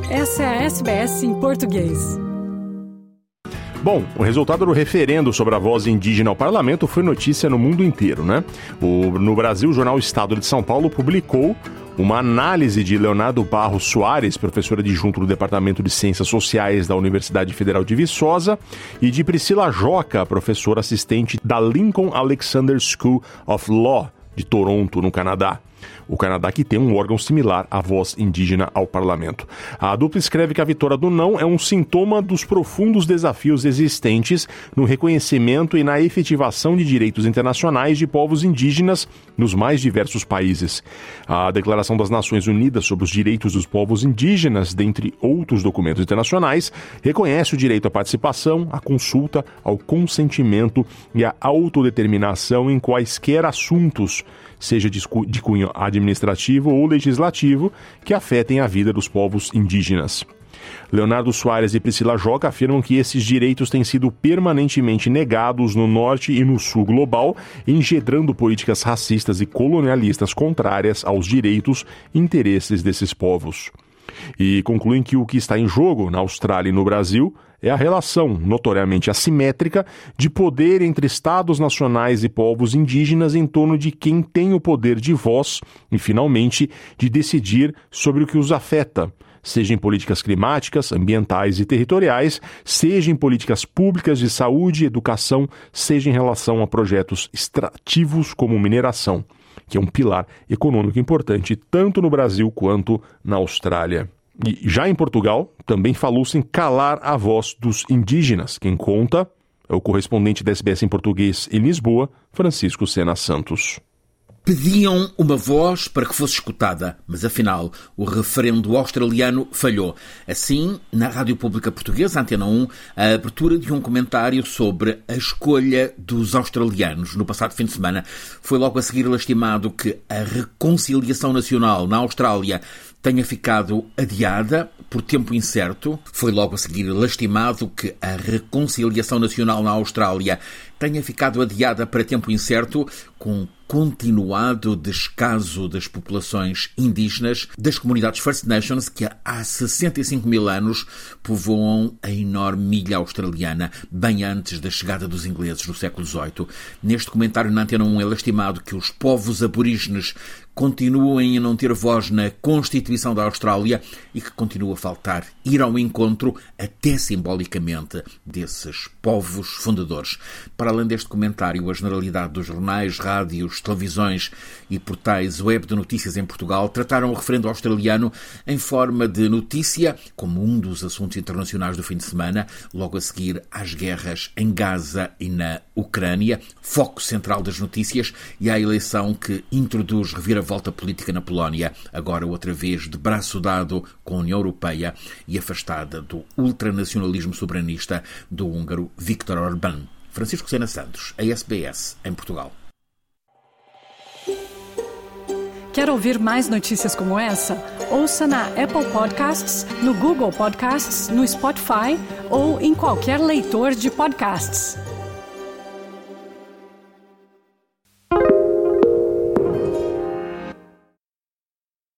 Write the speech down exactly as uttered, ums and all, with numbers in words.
Essa é a S B S em português. Bom, o resultado do referendo sobre a voz indígena ao parlamento foi notícia no mundo inteiro, né? O, no Brasil, o jornal Estado de São Paulo publicou uma análise de Leonardo Barros Soares, professor adjunto do Departamento de Ciências Sociais da Universidade Federal de Viçosa, e de Priscila Joca, professora assistente da Lincoln Alexander School of Law de Toronto, no Canadá. O Canadá que tem um órgão similar à voz indígena ao parlamento. A dupla escreve que a vitória do não é um sintoma dos profundos desafios existentes no reconhecimento e na efetivação de direitos internacionais de povos indígenas nos mais diversos países. A Declaração das Nações Unidas sobre os Direitos dos Povos Indígenas, dentre outros documentos internacionais, reconhece o direito à participação, à consulta, ao consentimento e à autodeterminação em quaisquer assuntos, seja de cunho administrativo ou legislativo, que afetem a vida dos povos indígenas. Leonardo Soares e Priscila Joca afirmam que esses direitos têm sido permanentemente negados no norte e no sul global, engendrando políticas racistas e colonialistas contrárias aos direitos e interesses desses povos. E concluem que o que está em jogo na Austrália e no Brasil é a relação, notoriamente assimétrica, de poder entre estados nacionais e povos indígenas em torno de quem tem o poder de voz e, finalmente, de decidir sobre o que os afeta, seja em políticas climáticas, ambientais e territoriais, seja em políticas públicas de saúde e educação, seja em relação a projetos extrativos como mineração, que é um pilar econômico importante tanto no Brasil quanto na Austrália. E já em Portugal, também falou-se em calar a voz dos indígenas. Quem conta é o correspondente da S B S em português em Lisboa, Francisco Sena Santos. Pediam uma voz para que fosse escutada, mas afinal o referendo australiano falhou. Assim, na Rádio Pública Portuguesa, Antena um, a abertura de um comentário sobre a escolha dos australianos no passado fim de semana. Foi logo a seguir lastimado que a reconciliação nacional na Austrália tenha ficado adiada por tempo incerto. Foi logo a seguir lastimado que a reconciliação nacional na Austrália tenha ficado adiada para tempo incerto, com continuado descaso das populações indígenas das comunidades First Nations que há sessenta e cinco mil anos povoam a enorme ilha australiana, bem antes da chegada dos ingleses no século dezoito. Neste comentário na Antena um é lastimado que os povos aborígenes continuem a não ter voz na Constituição da Austrália e que continua a faltar ir ao encontro, até simbolicamente, desses povos fundadores. Para além deste comentário, a generalidade dos jornais, rádios, televisões e portais web de notícias em Portugal trataram o referendo australiano em forma de notícia, como um dos assuntos internacionais do fim de semana, logo a seguir às guerras em Gaza e na Ucrânia, foco central das notícias, e à eleição que introduz reviravolta política na Polónia, agora outra vez de braço dado com a União Europeia e afastada do ultranacionalismo soberanista do húngaro Viktor Orbán. Francisco Sena Santos, a S B S, em Portugal. Quer ouvir mais notícias como essa? Ouça na Apple Podcasts, no Google Podcasts, no Spotify ou em qualquer leitor de podcasts.